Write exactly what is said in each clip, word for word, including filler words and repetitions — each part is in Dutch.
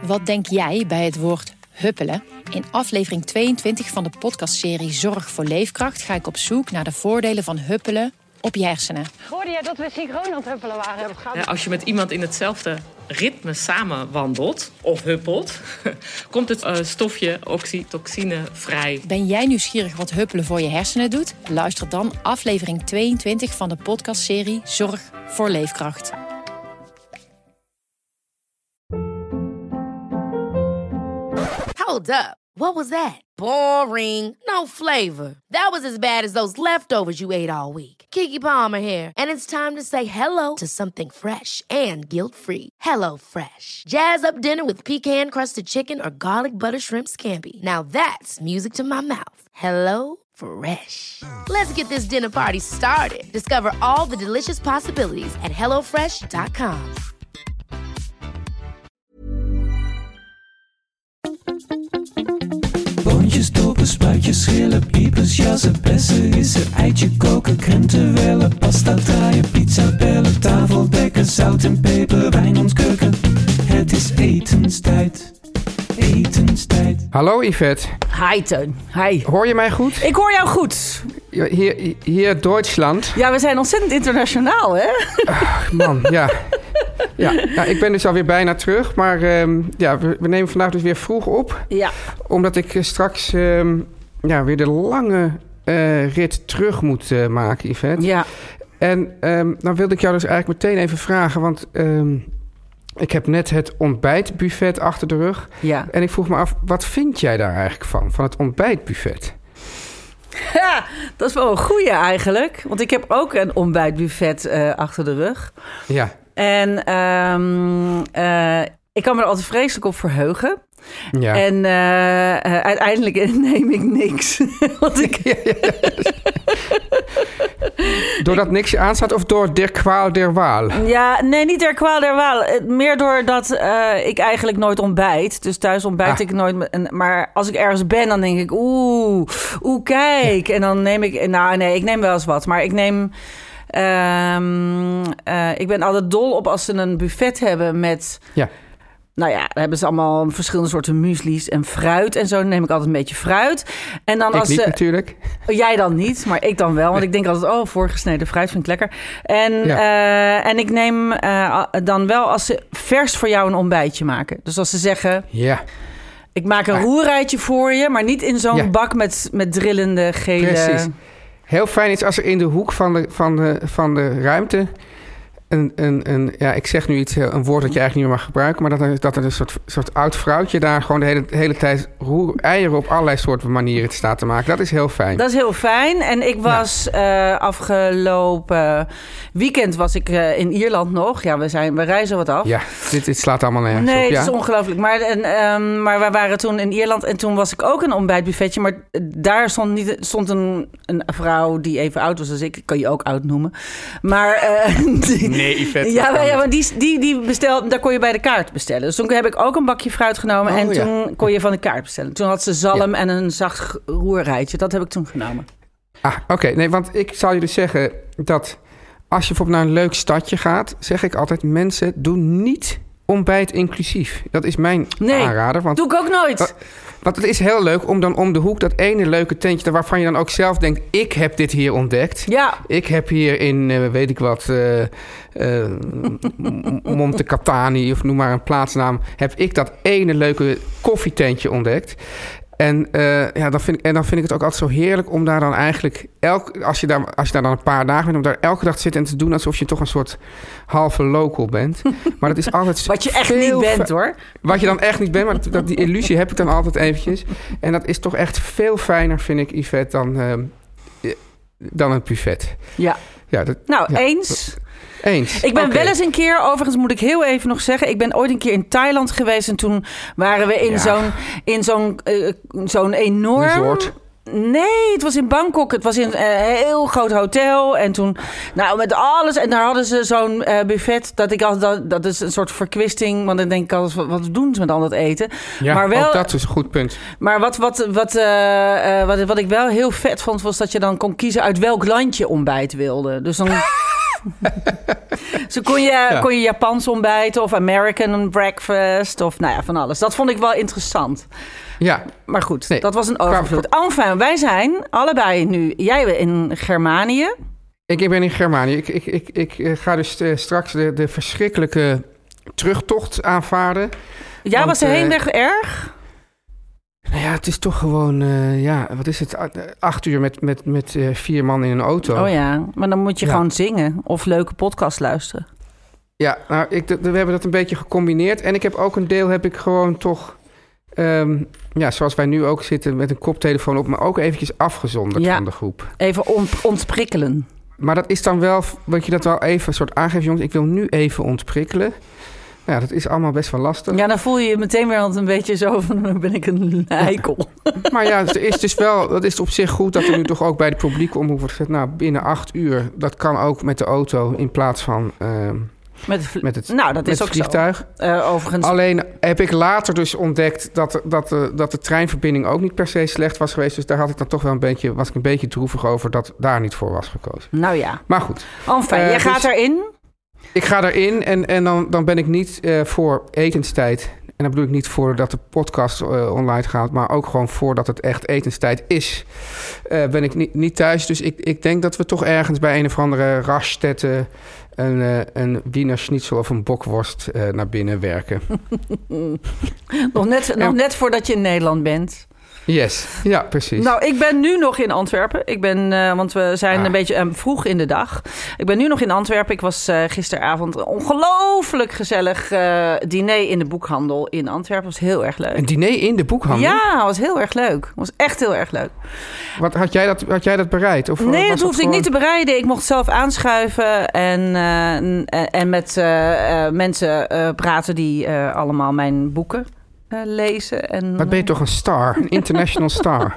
Wat denk jij bij het woord huppelen? In aflevering tweeëntwintig van de podcastserie Zorg voor Leefkracht ga ik op zoek naar de voordelen van huppelen op je hersenen. Hoorde jij dat we synchroon aan het huppelen waren? Ja, als je met iemand in hetzelfde ritme samen wandelt of huppelt, komt het uh, stofje oxytocine vrij. Ben jij nieuwsgierig wat huppelen voor je hersenen doet? Luister dan aflevering tweeëntwintig van de podcastserie Zorg voor Leefkracht. Hold up. What was that? Boring. No flavor. That was as bad as those leftovers you ate all week. Keke Palmer here, and it's time to say hello to something fresh and guilt-free. Hello Fresh. Jazz up dinner with pecan-crusted chicken or garlic butter shrimp scampi. Now that's music to my mouth. Hello Fresh. Let's get this dinner party started. Discover all the delicious possibilities at hello fresh dot com. Boontjes, dopen, spuitjes, schillen, piepers, jassen, bessen, rissen, eitje koken, krenten wellen, pasta draaien, pizza bellen, tafel dekken, zout en peper, wijn ontkurken. Het is etenstijd, etenstijd. Hallo Yvette. Hi Teun, hi. Hoor je mij goed? Ik hoor jou goed. Hier, hier Duitsland. Ja, we zijn ontzettend internationaal, hè? Ach, man, ja. Ja, ja, ik ben dus alweer bijna terug. Maar um, ja, we, we nemen vandaag dus weer vroeg op. Ja. Omdat ik uh, straks um, ja, weer de lange uh, rit terug moet uh, maken, Yvette. Ja. En um, dan wilde ik jou dus eigenlijk meteen even vragen. Want um, ik heb net het ontbijtbuffet achter de rug. Ja. En ik vroeg me af, wat vind jij daar eigenlijk van? Van het ontbijtbuffet? Ja, dat is wel een goeie eigenlijk. Want ik heb ook een ontbijtbuffet uh, achter de rug. Ja. En um, uh, ik kan me er altijd vreselijk op verheugen. Ja. En uh, uh, uiteindelijk neem ik niks. Want ik... ja, ja, ja. Doordat niks je aanstaat of door der kwaal der waal? Ja, nee, niet der kwaal der waal. Meer doordat uh, ik eigenlijk nooit ontbijt. Dus thuis ontbijt ah. ik nooit. Maar als ik ergens ben, dan denk ik... Oeh, oeh, kijk. En dan neem ik... Nou, nee, ik neem wel eens wat. Maar ik neem... Um, uh, ik ben altijd dol op als ze een buffet hebben met... Ja. Nou ja, dan hebben ze allemaal verschillende soorten muesli's en fruit en zo. Dan neem ik altijd een beetje fruit. En dan ik als niet ze, natuurlijk. Jij dan niet, maar ik dan wel. Want ik denk altijd, oh, voorgesneden fruit vind ik lekker. En, ja. uh, en ik neem uh, dan wel als ze vers voor jou een ontbijtje maken. Dus als ze zeggen... Ja. Ik maak een ah. roerijtje voor je, maar niet in zo'n ja. bak met, met drillende gele... Precies. Heel fijn is als er in de hoek van de, van de, van de ruimte... Een, een, een, ja, ik zeg nu iets, een woord dat je eigenlijk niet meer mag gebruiken... maar dat er, dat er een soort, soort oud vrouwtje daar gewoon de hele, de hele tijd... roer, eieren op allerlei soorten manieren te staat te maken. Dat is heel fijn. Dat is heel fijn. En ik was ja. uh, afgelopen weekend was ik uh, in Ierland nog. Ja, we, zijn, we reizen wat af. Ja, dit, dit slaat allemaal nergens nee, op. Nee, ja. het is ongelooflijk. Maar, en, um, maar we waren toen in Ierland en toen was ik ook een ontbijtbuffetje. Maar daar stond, niet, stond een, een vrouw die even oud was als ik. Ik kan je ook oud noemen. Maar... Uh, die, nee. Nee, Yvette, ja, maar, ja, maar die, die, die bestel, daar kon je bij de kaart bestellen. Dus toen heb ik ook een bakje fruit genomen. Oh, en ja. toen kon je van de kaart bestellen. Toen had ze zalm ja. en een zacht roerrijtje. Dat heb ik toen genomen. Ah, oké. Okay. Nee, want ik zal je dus zeggen dat als je bijvoorbeeld naar een leuk stadje gaat... zeg ik altijd, mensen, doen niet ontbijt inclusief. Dat is mijn nee, aanrader. Want, doe ik ook nooit. Want, want het is heel leuk om dan om de hoek dat ene leuke tentje... waarvan je dan ook zelf denkt, ik heb dit hier ontdekt. Ja. Ik heb hier in, uh, weet ik wat, uh, uh, Monte Catani... of noem maar een plaatsnaam... heb ik dat ene leuke koffietentje ontdekt... En, uh, ja, dan vind ik, en dan vind ik het ook altijd zo heerlijk om daar dan eigenlijk... Elk, als, je daar, als je daar dan een paar dagen bent... om daar elke dag te zitten en te doen... alsof je toch een soort halve local bent. Maar dat is altijd... Wat je echt niet bent, hoor. Wat je dan echt niet bent, maar dat, dat, die illusie heb ik dan altijd eventjes. En dat is toch echt veel fijner, vind ik, Yvette... dan, uh, dan een buffet. Ja. ja dat, nou, ja, eens... Dat, Eens. Ik ben okay. wel eens een keer, overigens moet ik heel even nog zeggen... ik ben ooit een keer in Thailand geweest... en toen waren we in ja. zo'n, in zo'n, uh, zo'n enorm... resort. Nee, het was in Bangkok. Het was in een uh, heel groot hotel. En toen, nou, met alles. En daar hadden ze zo'n uh, buffet. Dat ik altijd, dat, dat is een soort verkwisting. Want dan denk ik altijd, wat, wat doen ze met al dat eten? Ja, maar wel, ook dat is een goed punt. Maar wat, wat, wat, uh, uh, wat, wat ik wel heel vet vond, was dat je dan kon kiezen uit welk land je ontbijt wilde. Dus dan... Zo kon je, ja. kon je Japans ontbijten of American breakfast of nou ja, van alles. Dat vond ik wel interessant. Ja. Maar goed, nee, dat was een qua, overvloed. Enfin, wij zijn allebei nu... Jij in Germanië. Ik, ik ben in Germanië. Ik, ik, ik, ik ga dus uh, straks de, de verschrikkelijke terugtocht aanvaarden. Ja, want, was de heenweg uh, erg? Nou ja, het is toch gewoon, uh, ja, wat is het? Acht uur met, met, met uh, vier man in een auto. Oh ja, maar dan moet je ja. gewoon zingen of leuke podcast luisteren. Ja, nou, ik, de, we hebben dat een beetje gecombineerd. En ik heb ook een deel, heb ik gewoon toch, um, ja, zoals wij nu ook zitten met een koptelefoon op, maar ook eventjes afgezonderd ja. van de groep. Even ont, ontprikkelen. Maar dat is dan wel, want je dat wel even een soort aangeeft, jongens, ik wil nu even ontprikkelen. Ja, dat is allemaal best wel lastig. Ja, dan voel je je meteen weer altijd een beetje zo van, dan ben ik een eikel. Maar ja, het is dus wel, dat is op zich goed dat er nu toch ook bij de publieke omroep wordt gezegd, nou, binnen acht uur, dat kan ook met de auto in plaats van uh, met, vl- met het, nou, dat met is het ook vliegtuig. Zo. Uh, overigens. Alleen heb ik later dus ontdekt dat, dat, de, dat de treinverbinding ook niet per se slecht was geweest. Dus daar had ik dan toch wel een beetje, was ik een beetje droevig over dat daar niet voor was gekozen. Nou ja. Maar goed. Enfin, uh, jij dus, gaat erin? Ik ga erin en, en dan, dan ben ik niet uh, voor etenstijd. En dan bedoel ik niet voordat de podcast uh, online gaat, maar ook gewoon voordat het echt etenstijd is, uh, ben ik niet, niet thuis. Dus ik, ik denk dat we toch ergens bij een of andere Raststätte een, uh, een Wiener Schnitzel of een bokworst uh, naar binnen werken. nog, net, en, nog net voordat je in Nederland bent. Yes, ja, precies. Nou, ik ben nu nog in Antwerpen. Ik ben, uh, want we zijn ah. een beetje uh, vroeg in de dag. Ik ben nu nog in Antwerpen. Ik was uh, gisteravond een ongelooflijk gezellig uh, diner in de boekhandel in Antwerpen. Was heel erg leuk. Een diner in de boekhandel? Ja, was heel erg leuk. Was echt heel erg leuk. Wat, had, jij dat, had jij dat bereid? Of nee, was dat hoefde gewoon... ik niet te bereiden. Ik mocht zelf aanschuiven en, uh, en met uh, uh, mensen uh, praten die uh, allemaal mijn boeken lezen. En, Wat ben je toch een star? Een international star.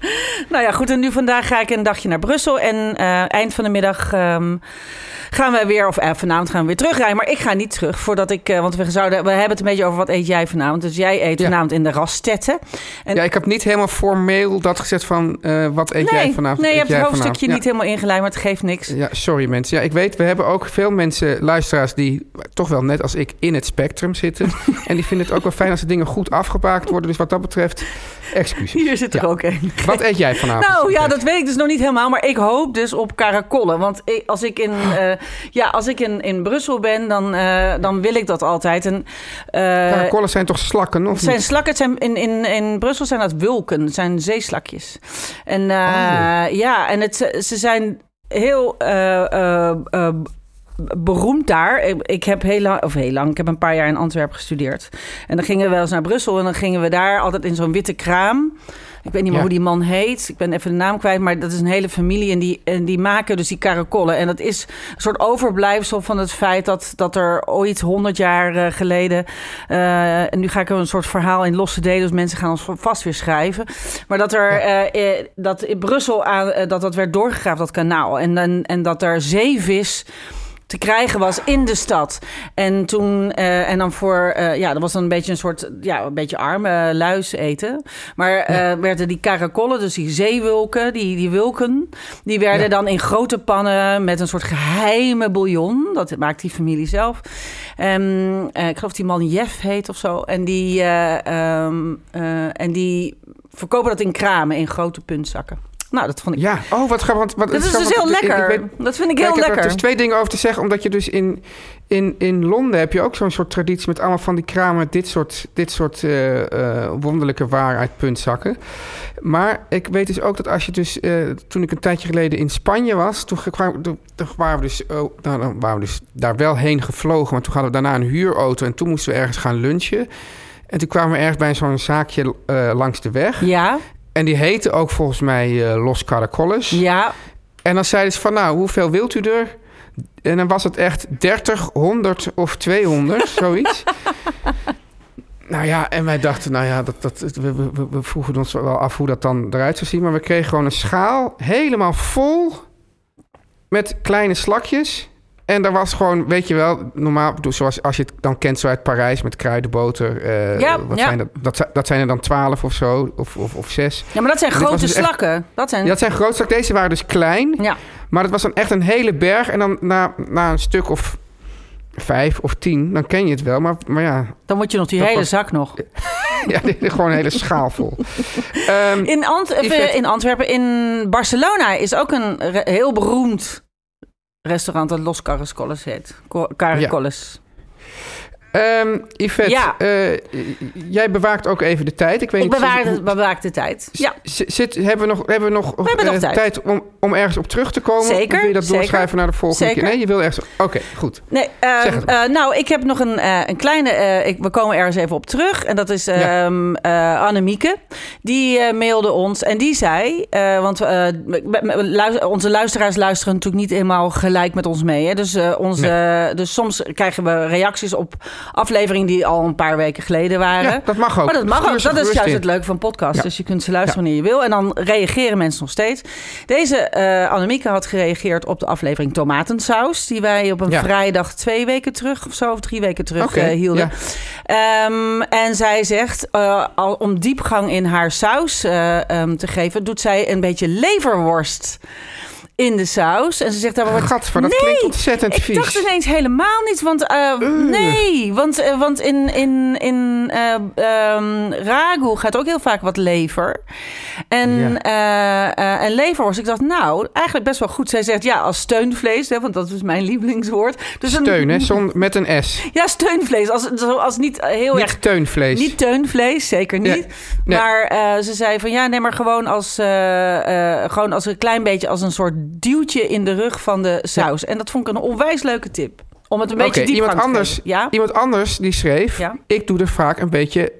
Nou ja, goed. En nu vandaag ga ik een dagje naar Brussel. En uh, eind van de middag um, gaan we weer... Of uh, vanavond gaan we weer terugrijden. Maar ik ga niet terug voordat ik... Uh, want we, zouden, we hebben het een beetje over wat eet jij vanavond. Dus jij eet ja. vanavond in de Raststätte. En ja, ik heb niet helemaal formeel dat gezet van... Uh, wat eet nee, jij vanavond? Nee, je hebt het hoofdstukje vanavond? niet ja. helemaal ingeleid, maar het geeft niks. Ja, sorry mensen. Ja, ik weet, we hebben ook veel mensen, luisteraars... die toch wel net als ik in het spectrum zitten. En die vinden het ook wel fijn als de dingen goed afgebaakt worden. Dus wat dat betreft, excuses. Hier zit er ja. ook een. Wat eet jij vanavond? Nou ja, dat weet ik dus nog niet helemaal. Maar ik hoop dus op karakollen. Want ik, als ik in, uh, ja, als ik in, in Brussel ben, dan, uh, dan wil ik dat altijd. En, uh, karakollen zijn toch slakken? Of het zijn niet? slakken. Het zijn, in, in, in Brussel zijn dat wulken. Het zijn zeeslakjes. En uh, oh. ja, en het, ze zijn heel... Uh, uh, uh, beroemd daar. Ik heb heel lang, of heel lang, ik heb een paar jaar in Antwerpen gestudeerd. En dan gingen we wel eens naar Brussel en dan gingen we daar altijd in zo'n witte kraam. Ik weet niet meer ja. hoe die man heet. Ik ben even de naam kwijt, maar dat is een hele familie en die, en die maken dus die karakollen. En dat is een soort overblijfsel van het feit dat, dat er ooit honderd jaar uh, geleden... Uh, en nu ga ik een soort verhaal in losse delen, dus mensen gaan ons vast weer schrijven. Maar dat er ja. uh, dat in Brussel aan, uh, dat dat werd doorgegraven, dat kanaal. En, en, en dat er zeevis te krijgen was in de stad. En toen, uh, en dan voor, uh, ja, dat was dan een beetje een soort, ja, een beetje arme luis eten. Maar uh, ja. werden die karakollen, dus die zeewulken, die, die wulken, die werden ja. dan in grote pannen met een soort geheime bouillon. Dat maakt die familie zelf. Um, uh, ik geloof die man Jeff heet of zo. En die, uh, um, uh, en die verkopen dat in kramen, in grote puntzakken. Nou, dat vond ik... Ja, oh, wat grappig. Dat is dus heel lekker. Ik, ik weet, dat vind ik heel ja, ik lekker. Ik heb er dus twee dingen over te zeggen. Omdat je dus in, in, in Londen heb je ook zo'n soort traditie met allemaal van die kramen. Dit soort, dit soort uh, uh, wonderlijke waar uit puntzakken. Maar ik weet dus ook dat als je dus... Uh, toen ik een tijdje geleden in Spanje was... Toen, toen, toen waren we dus... Oh, nou, dan waren we dus daar wel heen gevlogen. Maar toen hadden we daarna een huurauto. En toen moesten we ergens gaan lunchen. En toen kwamen we ergens bij zo'n zaakje uh, langs de weg. Ja. En die heette ook volgens mij uh, Los Caracoles. Ja. En dan zeiden ze van, nou, hoeveel wilt u er? En dan was het echt dertig, honderd of tweehonderd, zoiets. Nou ja, en wij dachten, nou ja, dat, dat, we, we, we vroegen ons wel af hoe dat dan eruit zou zien. Maar we kregen gewoon een schaal helemaal vol met kleine slakjes. En daar was gewoon, weet je wel, normaal, zoals als je het dan kent zo uit Parijs met kruidenboter. Uh, ja, wat ja. Zijn dat, dat, dat zijn er dan twaalf of zo, of, of, of zes. Ja, maar dat zijn en grote dus slakken. Echt, dat, zijn... Ja, dat zijn grote slakken. Deze waren dus klein. Ja. Maar het was dan echt een hele berg. En dan na, na een stuk of vijf of tien, dan ken je het wel. Maar, maar ja... Dan moet je nog die hele was... zak nog. Ja, gewoon een hele schaal vol. um, in, Ant- Yvette... in Antwerpen, in Barcelona is ook een re- heel beroemd restaurant dat Los Caracoles heet. Caracoles. Ja. Um, Yvette, ja. uh, jij bewaakt ook even de tijd. Ik, weet ik niet, bewaak, zit, bewaak de tijd. Ja. Zit, hebben we nog, hebben we nog, we hebben uh, nog tijd, tijd om, om ergens op terug te komen? Zeker. Of wil je dat zeker, doorschrijven naar de volgende zeker. keer? Nee, je wil ergens... Oké, okay, goed. Nee, uh, zeg het uh, nou, ik heb nog een, uh, een kleine... Uh, ik, we komen ergens even op terug. En dat is uh, ja. um, uh, Annemieke. Die uh, mailde ons en die zei... Uh, want uh, luister, onze luisteraars luisteren natuurlijk niet helemaal gelijk met ons mee. Hè? Dus, uh, onze, nee. dus soms krijgen we reacties op afleveringen die al een paar weken geleden waren. Ja, dat mag ook. Maar dat mag ook. Dat is juist in. het leuke van podcast. Ja. Dus je kunt ze luisteren ja. wanneer je wil. En dan reageren mensen nog steeds. Deze uh, Annemieke had gereageerd op de aflevering tomatensaus. Die wij op een ja. vrijdag twee weken terug of zo, of drie weken terug okay. uh, hielden. Ja. Um, en zij zegt, uh, al, om diepgang in haar saus uh, um, te geven, doet zij een beetje leverworst in de saus. En ze zegt... Daar wordt... Gadver, dat nee, klinkt ontzettend vies. Ik dacht ineens helemaal niet. Want uh, uh. nee, want, uh, want in, in, in uh, um, ragu gaat ook heel vaak wat lever. En, ja. uh, uh, en leverworst. Ik dacht, nou, eigenlijk best wel goed. Zij zegt, ja, als steunvlees, hè, want dat is mijn lievelingswoord. Dus Steun, een, hè? Zon, met een S. Ja, steunvlees. Als, als niet heel niet erg... Niet teunvlees. Niet teunvlees, zeker niet. Ja. Nee. Maar uh, ze zei van, ja, nee, maar gewoon als, uh, uh, gewoon als een klein beetje als een soort duwtje in de rug van de saus. Ja. En dat vond ik een onwijs leuke tip. Om het een beetje okay, diepgang iemand te anders, geven. Ja? Iemand anders die schreef... Ja? Ik doe er vaak een beetje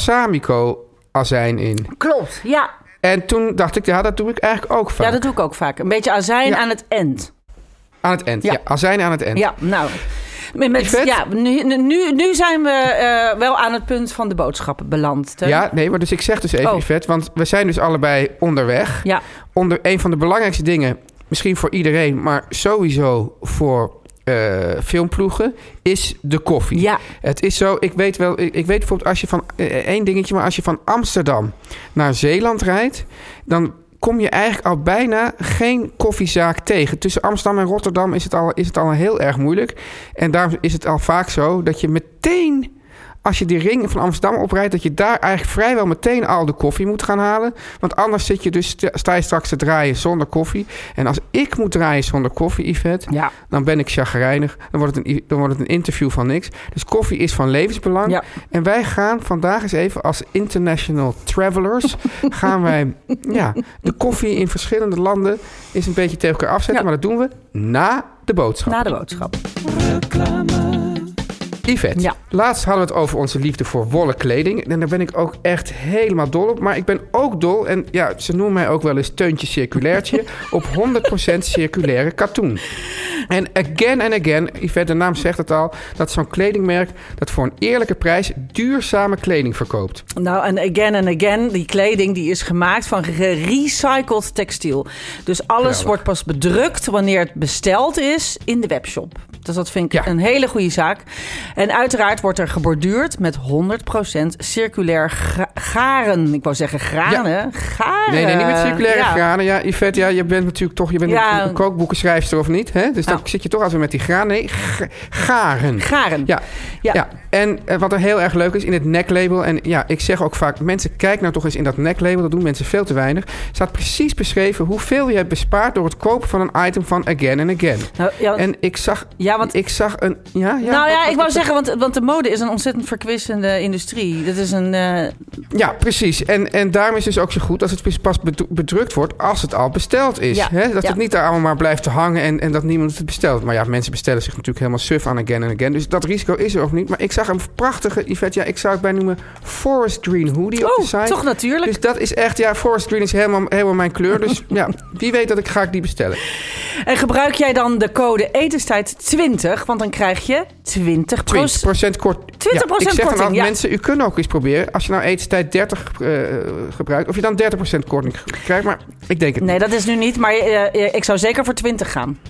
balsamico-azijn in. Klopt, ja. En toen dacht ik, ja, dat doe ik eigenlijk ook vaak. Ja, dat doe ik ook vaak. Een beetje azijn ja. aan het eind. Aan het eind, ja. ja. Azijn aan het eind. Ja, nou... Met, ja, nu, nu, nu zijn we uh, wel aan het punt van de boodschappen beland. Teun. Ja, nee, maar dus ik zeg dus even, oh. Yvette, want we zijn dus allebei onderweg. Ja. Onder een van de belangrijkste dingen, misschien voor iedereen, maar sowieso voor uh, filmploegen, is de koffie. Ja. Het is zo, ik weet wel, ik, ik weet bijvoorbeeld als je van, uh, één dingetje, maar als je van Amsterdam naar Zeeland rijdt, dan kom je eigenlijk al bijna geen koffiezaak tegen. Tussen Amsterdam en Rotterdam is het al, is het al heel erg moeilijk. En daarom is het al vaak zo dat je meteen, als je die ring van Amsterdam oprijdt, dat je daar eigenlijk vrijwel meteen al de koffie moet gaan halen. Want anders zit je dus, sta je straks te draaien zonder koffie. En als ik moet draaien zonder koffie, Yvette, ja. dan ben ik chagrijnig. Dan wordt, het een, dan wordt het een interview van niks. Dus koffie is van levensbelang. Ja. En wij gaan vandaag eens even als international travelers, gaan wij ja, de koffie in verschillende landen eens een beetje tegen elkaar afzetten. Ja. Maar dat doen we na de boodschap. Na de boodschap. Reclame. Yvette, ja. Laatst hadden we het over onze liefde voor wollen kleding. En daar ben ik ook echt helemaal dol op. Maar ik ben ook dol, en ja, ze noemen mij ook wel eens Teuntje Circulairtje, op honderd procent circulaire katoen. En again and again, Yvette, de naam zegt het al, dat is zo'n kledingmerk dat voor een eerlijke prijs duurzame kleding verkoopt. Nou, en again and again, die kleding die is gemaakt van gerecycled textiel. Dus alles Geweldig. wordt pas bedrukt wanneer het besteld is in de webshop. Dus dat vind ik ja. een hele goede zaak. En uiteraard wordt er geborduurd met honderd procent circulair gra- garen. Ik wou zeggen granen. Ja. Garen. Nee, nee, niet met circulaire ja. granen. Ja, Yvette, ja, je bent natuurlijk toch je bent ja. een, een kookboekenschrijfster of niet? Hè? Dus dan oh. zit je toch altijd met die granen. Nee, g- garen. Garen. Ja. Ja. ja. En uh, wat er heel erg leuk is in het necklabel. En ja, ik zeg ook vaak, mensen, kijk nou toch eens in dat necklabel. Dat doen mensen veel te weinig. Staat precies beschreven hoeveel je hebt bespaard door het kopen van een item van Again and Again. Nou, ja, en ik zag... Ja, want ik zag een... Ja, ja, nou ja, wat, ik wou zeggen, want, want de mode is een ontzettend verkwistende industrie. Dat is een... Uh... Ja, precies. En, en daarom is het dus ook zo goed als het pas bedrukt wordt als het al besteld is. Ja, Hè? Dat ja. het niet daar allemaal maar blijft te hangen en, en dat niemand het bestelt. Maar ja, mensen bestellen zich natuurlijk helemaal suf aan Again and Again. Dus dat risico is er ook niet. Maar ik zag een prachtige, Yvette, ja, ik zou het bij noemen Forest Green hoodie oh, op de site. Toch natuurlijk. Dus dat is echt, ja, Forest Green is helemaal, helemaal mijn kleur. Dus ja, wie weet dat ik ga ik die bestellen. En gebruik jij dan de code etenstijd twintig, want dan krijg je twintig procent kort. twintig procent ja, ik zeg korting, dan altijd ja. mensen, u kunt ook eens proberen. Als je nou etenstijd dertig uh, gebruikt, of je dan dertig procent korting krijgt. Maar ik denk het nee, niet. dat is nu niet, maar uh, ik zou zeker voor twintig gaan.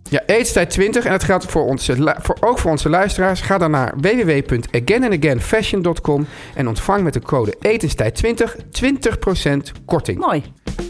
Ja, Etenstijd twintig. En dat geldt voor onze, voor, ook voor onze luisteraars. Ga dan naar w w w punt again and again fashion punt com en ontvang met de code Etenstijd twintig twintig procent korting. Mooi.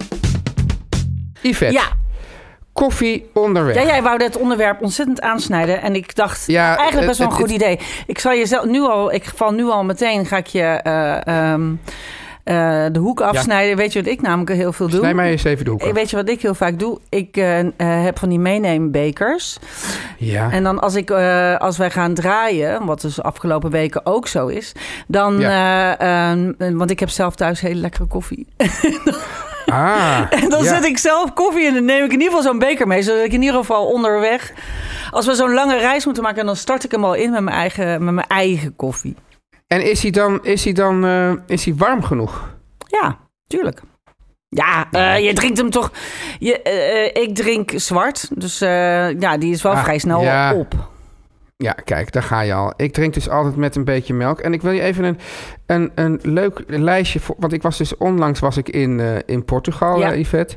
Yvette. Ja. Koffie onderweg. Ja, jij wou dit onderwerp ontzettend aansnijden. En ik dacht, ja, eigenlijk best wel een het, goed het, idee. Ik zal je zelf nu al, ik val nu al meteen, ga ik je uh, um, uh, de hoek afsnijden. Ja. Weet je wat ik namelijk heel veel doe? Snij mij eens even de hoek af. Weet je wat ik heel vaak doe? Ik uh, uh, heb van die meeneembekers. Ja. En dan als, ik, uh, als wij gaan draaien, wat dus afgelopen weken ook zo is, dan, ja. uh, uh, want ik heb zelf thuis hele lekkere koffie. Ah, en dan ja. zet ik zelf koffie en dan neem ik in ieder geval zo'n beker mee. Zodat ik in ieder geval onderweg, als we zo'n lange reis moeten maken, dan start ik hem al in met mijn eigen, met mijn eigen koffie. En is hij dan, is hij dan uh, is hij warm genoeg? Ja, tuurlijk. Ja, uh, je drinkt hem toch. Je, uh, ik drink zwart, dus uh, ja, die is wel ah, vrij snel ja. op. Ja, kijk, daar ga je al. Ik drink dus altijd met een beetje melk. En ik wil je even een, een, een leuk lijstje voor. Want ik was dus onlangs was ik in, uh, in Portugal, ja. uh, Yvette.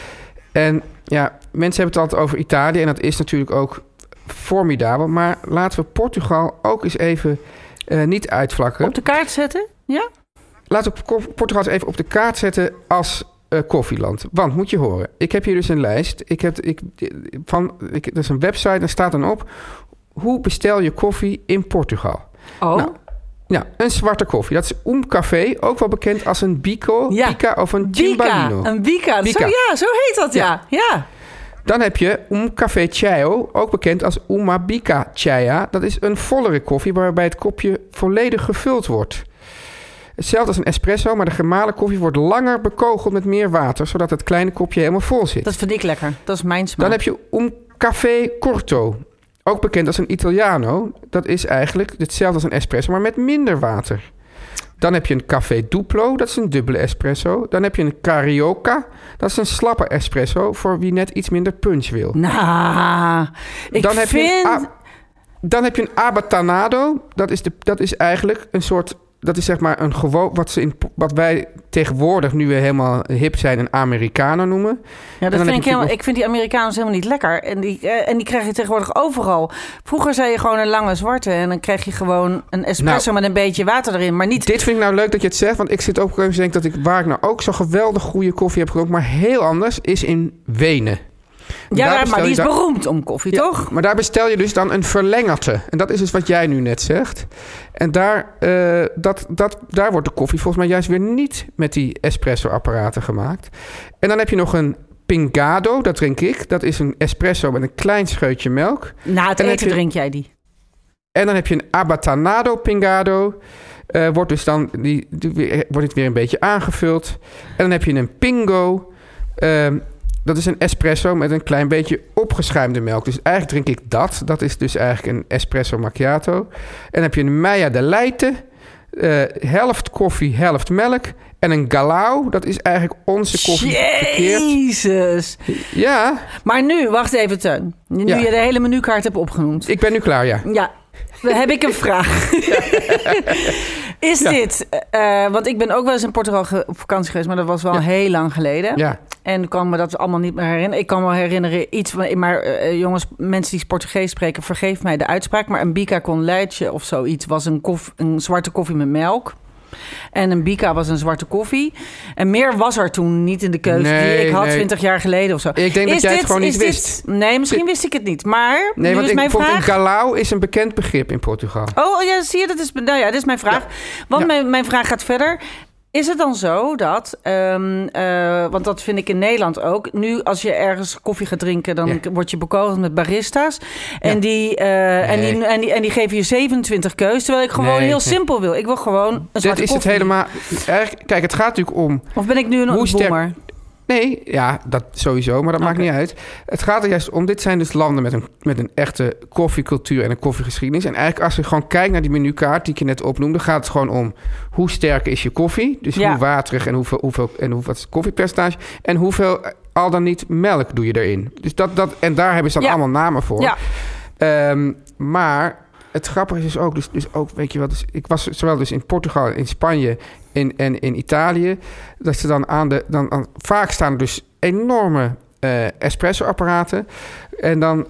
En ja, mensen hebben het altijd over Italië. En dat is natuurlijk ook formidabel. Maar laten we Portugal ook eens even uh, niet uitvlakken. Op de kaart zetten? Ja. Laten we Portugal eens even op de kaart zetten als uh, koffieland. Want, moet je horen. Ik heb hier dus een lijst. Ik heb, ik, van, ik, dat is een website. Daar staat dan op: hoe bestel je koffie in Portugal? Oh. Nou, ja, een zwarte koffie. Dat is um café, ook wel bekend als een bico, ja. bica of een cimbalino. Een bica. bica. Zo, ja, zo heet dat, ja. ja. ja. Dan heb je um café chao, ook bekend als uma bica chaya. Dat is een vollere koffie waarbij het kopje volledig gevuld wordt. Hetzelfde als een espresso, maar de gemalen koffie wordt langer bekogeld met meer water, zodat het kleine kopje helemaal vol zit. Dat vind ik lekker. Dat is mijn smaak. Dan heb je um café corto. Ook bekend als een Italiano. Dat is eigenlijk hetzelfde als een espresso, maar met minder water. Dan heb je een café duplo, dat is een dubbele espresso. Dan heb je een carioca, dat is een slappe espresso voor wie net iets minder punch wil. Nou, ik dan heb vind... Je een a- dan heb je een abatanado, dat is, de, dat is eigenlijk een soort... Dat is zeg maar een gewoon wat ze in wat wij tegenwoordig, nu we helemaal hip zijn, een Americano noemen. Ja, dat vind ik helemaal. Nog... Ik vind die Amerikanos helemaal niet lekker. En die, uh, en die krijg je tegenwoordig overal. Vroeger zei je gewoon een lange zwarte en dan krijg je gewoon een espresso nou, met een beetje water erin, maar niet. Dit vind ik nou leuk dat je het zegt, want ik zit ook even te denken dat ik waar ik nou ook zo geweldig goede koffie heb gedronken, maar heel anders is in Wenen. Ja, maar die is dan, beroemd om koffie, ja, toch? Maar daar bestel je dus dan een verlengerte. En dat is dus wat jij nu net zegt. En daar, uh, dat, dat, daar wordt de koffie volgens mij juist weer niet met die espresso-apparaten gemaakt. En dan heb je nog een pingado, dat drink ik. Dat is een espresso met een klein scheutje melk. Na het eten je, drink jij die. En dan heb je een abatanado pingado. Uh, wordt dus dan die, die, wordt het weer een beetje aangevuld. En dan heb je een pingo. Uh, Dat is een espresso met een klein beetje opgeschuimde melk. Dus eigenlijk drink ik dat. Dat is dus eigenlijk een espresso macchiato. En dan heb je een Meia de Leite. Uh, helft koffie, helft melk. En een galao. Dat is eigenlijk onze koffie. Jezus. Ja. Maar nu, wacht even, Teun. Nu ja. je de hele menukaart hebt opgenoemd. Ik ben nu klaar, ja. Ja. Dan heb ik een vraag. Is ja. dit... Uh, want ik ben ook wel eens in Portugal ge- op vakantie geweest, maar dat was wel ja. heel lang geleden. Ja. En ik kan me dat allemaal niet meer herinneren. Ik kan me herinneren iets van... Maar uh, jongens, mensen die Portugees spreken, vergeef mij de uitspraak. Maar een bica con leite of zoiets was een, koff, een zwarte koffie met melk. En een bica was een zwarte koffie. En meer was er toen niet in de keuze nee, die ik had twintig nee. jaar geleden of zo. Ik denk is dat jij dit, het gewoon niet wist. Dit, nee, misschien wist ik het niet. Maar nee, nu want is ik, mijn vraag... Een galao is een bekend begrip in Portugal. Oh ja, zie je, dat is, nou ja, dat is mijn vraag. Ja. Want ja. mijn, mijn vraag gaat verder. Is het dan zo dat, um, uh, want dat vind ik in Nederland ook... nu als je ergens koffie gaat drinken... dan ja. word je bekogeld met barista's. En, ja. die, uh, nee. en, die, en, die, en die geven je zevenentwintig keus... terwijl ik gewoon nee. heel simpel wil. Ik wil gewoon een zwarte koffie. Dit is het helemaal... Kijk, het gaat natuurlijk om... Of ben ik nu een boomer? Nee, ja, dat sowieso, maar dat okay. maakt niet uit. Het gaat er juist om, dit zijn dus landen met een, met een echte koffiecultuur en een koffiegeschiedenis. En eigenlijk als je gewoon kijkt naar die menukaart die ik je net opnoemde... gaat het gewoon om hoe sterk is je koffie. Dus ja. hoe waterig en hoeveel, hoeveel, en hoeveel is het koffiepercentage. En hoeveel al dan niet melk doe je erin. Dus dat, dat, en daar hebben ze dan ja. allemaal namen voor. Ja. Um, maar... Het grappige is dus ook, dus, dus ook, weet je wat, dus ik was zowel dus in Portugal, in Spanje in, en in Italië, dat ze dan aan de, dan aan, vaak staan er dus enorme uh, espresso-apparaten. En dan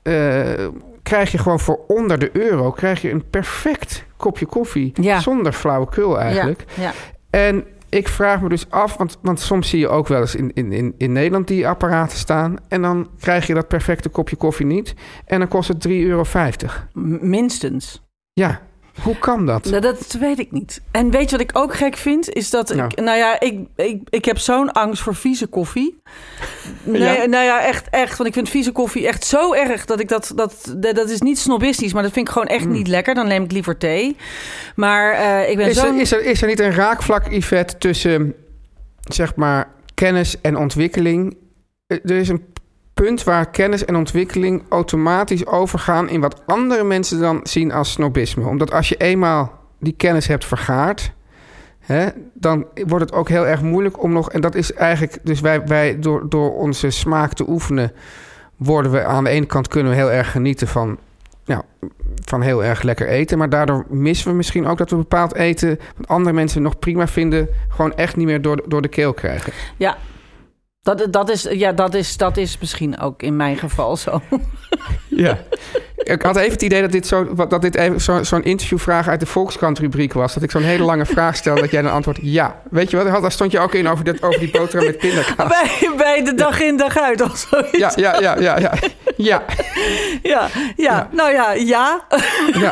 Uh, krijg je gewoon voor onder de euro... krijg je een perfect kopje koffie. Ja. Zonder flauwekul eigenlijk. Ja. Ja. En ik vraag me dus af... Want, want soms zie je ook wel eens in, in, in Nederland die apparaten staan... en dan krijg je dat perfecte kopje koffie niet... en dan kost het drie euro vijftig. Minstens. Ja. Hoe kan dat? Nou, dat weet ik niet. En weet je wat ik ook gek vind? Is dat nou. ik... Nou ja, ik, ik, ik heb zo'n angst voor vieze koffie. Nee, ja. Nou ja, echt, echt. Want ik vind vieze koffie echt zo erg... dat ik dat... Dat, dat is niet snobistisch, maar dat vind ik gewoon echt mm. niet lekker. Dan neem ik liever thee. Maar uh, ik ben is zo... Er, is, er, is er niet een raakvlak, Yvette, tussen... zeg maar, kennis en ontwikkeling? Er is een punt waar kennis en ontwikkeling automatisch overgaan in wat andere mensen dan zien als snobisme. Omdat als je eenmaal die kennis hebt vergaard, hè, dan wordt het ook heel erg moeilijk om nog... En dat is eigenlijk... Dus wij, wij door, door onze smaak te oefenen, worden we aan de ene kant kunnen we heel erg genieten van, ja, van heel erg lekker eten. Maar daardoor missen we misschien ook dat we bepaald eten, wat andere mensen nog prima vinden, gewoon echt niet meer door, door de keel krijgen. Ja. Dat, dat, is, ja, dat, is, dat is misschien ook in mijn geval zo. Ja. Ik had even het idee dat dit, zo, dat dit even zo, zo'n interviewvraag uit de Volkskrant-rubriek was. Dat ik zo'n hele lange vraag stel dat jij dan antwoordt ja. Weet je wat? Daar stond je ook in over, dit, over die boterham met pindakaas. Bij, bij de dag in dag uit of zoiets. Ja, ja, ja, ja. Ja, ja. ja, ja. ja. Nou ja, ja. Ja,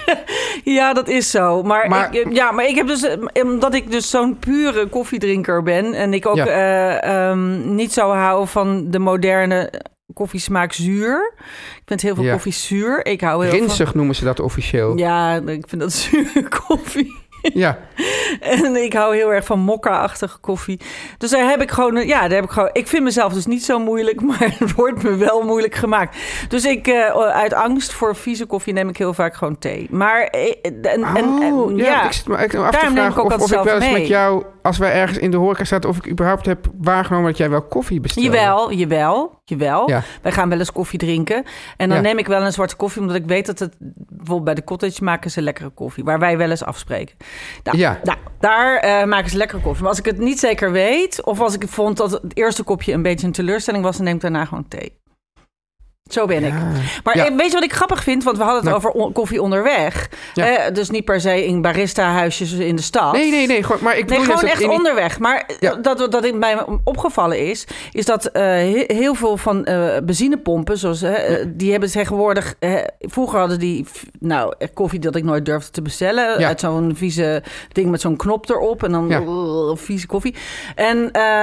ja dat is zo. Maar, maar, ik, ja, maar ik heb dus, omdat ik dus zo'n pure koffiedrinker ben en ik ook ja. uh, um, niet zo hou van de moderne koffiesmaak zuur. Ik vind heel veel ja. koffie zuur. Ik hou heel Rinsig van... noemen ze dat officieel. Ja, ik vind dat zuur koffie. Ja. En ik hou heel erg van mokka-achtige koffie. Dus daar heb ik gewoon... Ja, daar heb ik gewoon... Ik vind mezelf dus niet zo moeilijk, maar het wordt me wel moeilijk gemaakt. Dus ik, uh, uit angst voor vieze koffie neem ik heel vaak gewoon thee. Maar... En, en, oh, en, ja. ja. Ik zit me ik af te vragen of, of ik wel eens mee. met jou, als wij ergens in de horeca zaten, of ik überhaupt heb waargenomen dat jij wel koffie bestelt. Jawel, jawel. Jawel. Ja. Wij gaan wel eens koffie drinken. En dan ja. neem ik wel een zwarte koffie, omdat ik weet dat het... Bijvoorbeeld bij de Cottage maken ze lekkere koffie, waar wij wel eens afspreken. Nou, ja. nou daar uh, maken ze lekkere koffie. Maar als ik het niet zeker weet, of als ik vond dat het eerste kopje een beetje een teleurstelling was, dan neem ik daarna gewoon thee. Zo ben ja. ik. Maar ja. weet je wat ik grappig vind? Want we hadden het nou. over on- koffie onderweg. Ja. Eh, dus niet per se in barista-huisjes in de stad. Nee, nee, nee. Gewoon, maar ik nee, gewoon echt in... onderweg. Maar ja. dat, dat mij opgevallen is, is dat uh, heel veel van uh, benzinepompen, zoals uh, ja. die hebben tegenwoordig... Uh, vroeger hadden die nou koffie dat ik nooit durfde te bestellen. Ja. Uit zo'n vieze ding met zo'n knop erop. En dan ja. uh, vieze koffie. En,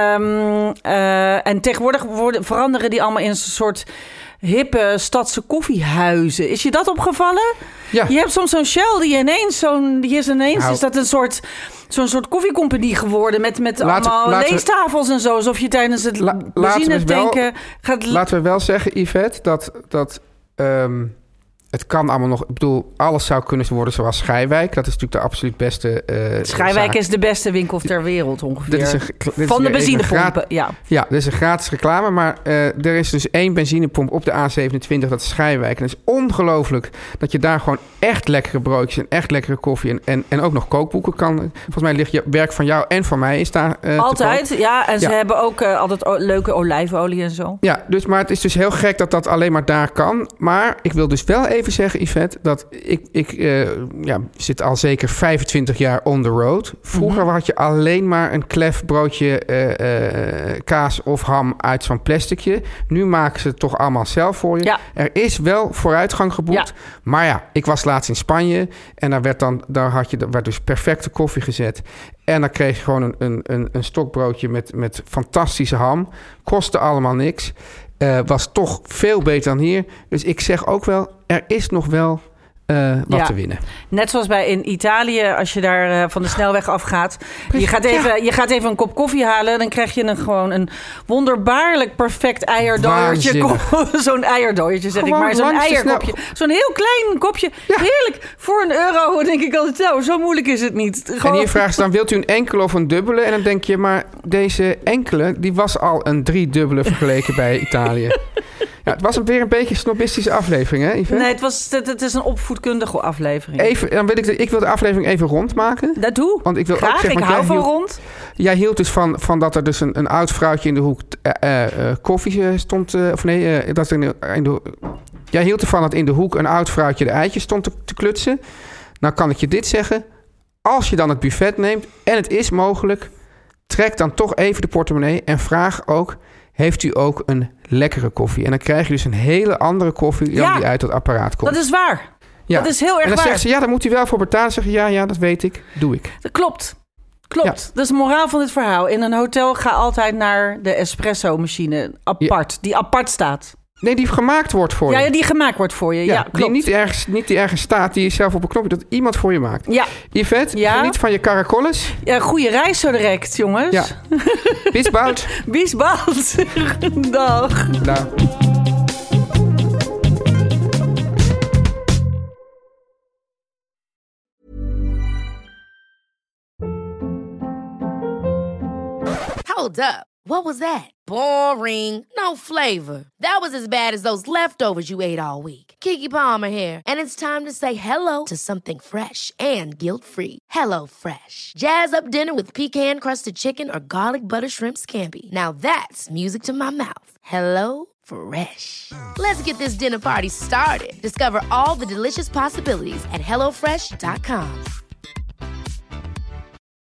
um, uh, en tegenwoordig worden, veranderen die allemaal in een soort hippe stadse koffiehuizen. Is je dat opgevallen? Ja. Je hebt soms zo'n Shell die ineens zo'n... Die is ineens nou. is dat een soort... Zo'n soort koffiecompagnie geworden met, met laten, allemaal laten leestafels we, en zo. Alsof je tijdens het la, benzine tanken gaat... Laten we wel zeggen, Yvette, dat... dat um, het kan allemaal nog... Ik bedoel, alles zou kunnen worden zoals Schijwijk. Dat is natuurlijk de absoluut beste uh, Schijwijk zaak. Is de beste winkel ter wereld ongeveer. Dit is een, dit Van is de benzinepompen, gra- ja. Ja, dit is een gratis reclame. Maar uh, er is dus één benzinepomp op de A zevenentwintig. Dat is Schijwijk. En het is ongelooflijk dat je daar gewoon echt lekkere broodjes... en echt lekkere koffie en, en, en ook nog kookboeken kan. Volgens mij ligt je werk van jou en van mij is daar uh, altijd, ja. En ze ja. hebben ook uh, altijd o- leuke olijfolie en zo. Ja, dus, maar het is dus heel gek dat dat alleen maar daar kan. Maar ik wil dus wel even... even zeggen, Yvette, dat ik, ik uh, ja, zit al zeker vijfentwintig jaar on the road. Vroeger mm-hmm. had je alleen maar een klef broodje uh, uh, kaas of ham uit zo'n plasticje. Nu maken ze het toch allemaal zelf voor je. Ja. Er is wel vooruitgang geboekt. Ja. Maar ja, ik was laatst in Spanje en daar werd dan, daar had je, daar werd dus perfecte koffie gezet. En dan kreeg je gewoon een, een, een, een stokbroodje met, met fantastische ham. Kostte allemaal niks. Uh, was toch veel beter dan hier. Dus ik zeg ook wel, er is nog wel uh, wat ja. te winnen. Net zoals bij in Italië, als je daar uh, van de snelweg afgaat. Je gaat, even, ja. je gaat even een kop koffie halen. Dan krijg je een, gewoon een wonderbaarlijk perfect eierdooiertje. Zo'n eierdooiertje, zeg gewoon ik maar. Zo'n eierkopje. Snel. Zo'n heel klein kopje. Ja. Heerlijk. Voor een euro denk ik altijd, nou, zo moeilijk is het niet. Gewoon... En hier vragen ze dan, wilt u een enkele of een dubbele? En dan denk je, maar deze enkele, die was al een driedubbele vergeleken bij Italië. Ja, het was een weer een beetje een snobistische aflevering, hè, Yvette? Nee, het, was, het, het is een opvoedkundige aflevering. Even, dan wil ik, de, ik wil de aflevering even rondmaken. Dat doe. Want ik wil Graag, ook zeggen, ik hou van hield, rond. Jij hield dus van, van dat er dus een, een oud vrouwtje in de hoek uh, uh, koffie stond. Uh, of nee, uh, dat er in de, in de Jij hield ervan dat in de hoek een oud vrouwtje de eitjes stond te, te klutsen. Nou kan ik je dit zeggen. Als je dan het buffet neemt en het is mogelijk, trek dan toch even de portemonnee en vraag ook, heeft u ook een lekkere koffie? En dan krijg je dus een hele andere koffie dan Ja, die uit het apparaat komt. Dat is waar. Ja. Dat is heel erg En dan waar. zeggen ze, ja, daar moet u wel voor betalen. Zeggen ja, ja, dat weet ik. Doe ik. Dat klopt. Klopt. Ja. Dat is de moraal van dit verhaal. In een hotel ga altijd naar de espresso-machine apart. Die apart staat. Nee, die gemaakt wordt voor Ja, je. ja, die gemaakt wordt voor je. Ja, Ja, klopt. die niet ergens, niet die ergens staat, die je zelf op een knopje, dat iemand voor je maakt. Ja. Yvette, Ja? geniet van je caracoles. Ja, goede reis zo direct, jongens. Ja. Bis bald. Bis bald. Dag. Nou. Hold up. What was that? Boring. No flavor. That was as bad as those leftovers you ate all week. Keke Palmer here, and it's time to say hello to something fresh and guilt-free. Hello Fresh. Jazz up dinner with pecan-crusted chicken or garlic butter shrimp scampi. Now that's music to my mouth. Hello Fresh. Let's get this dinner party started. Discover all the delicious possibilities at hello fresh dot com.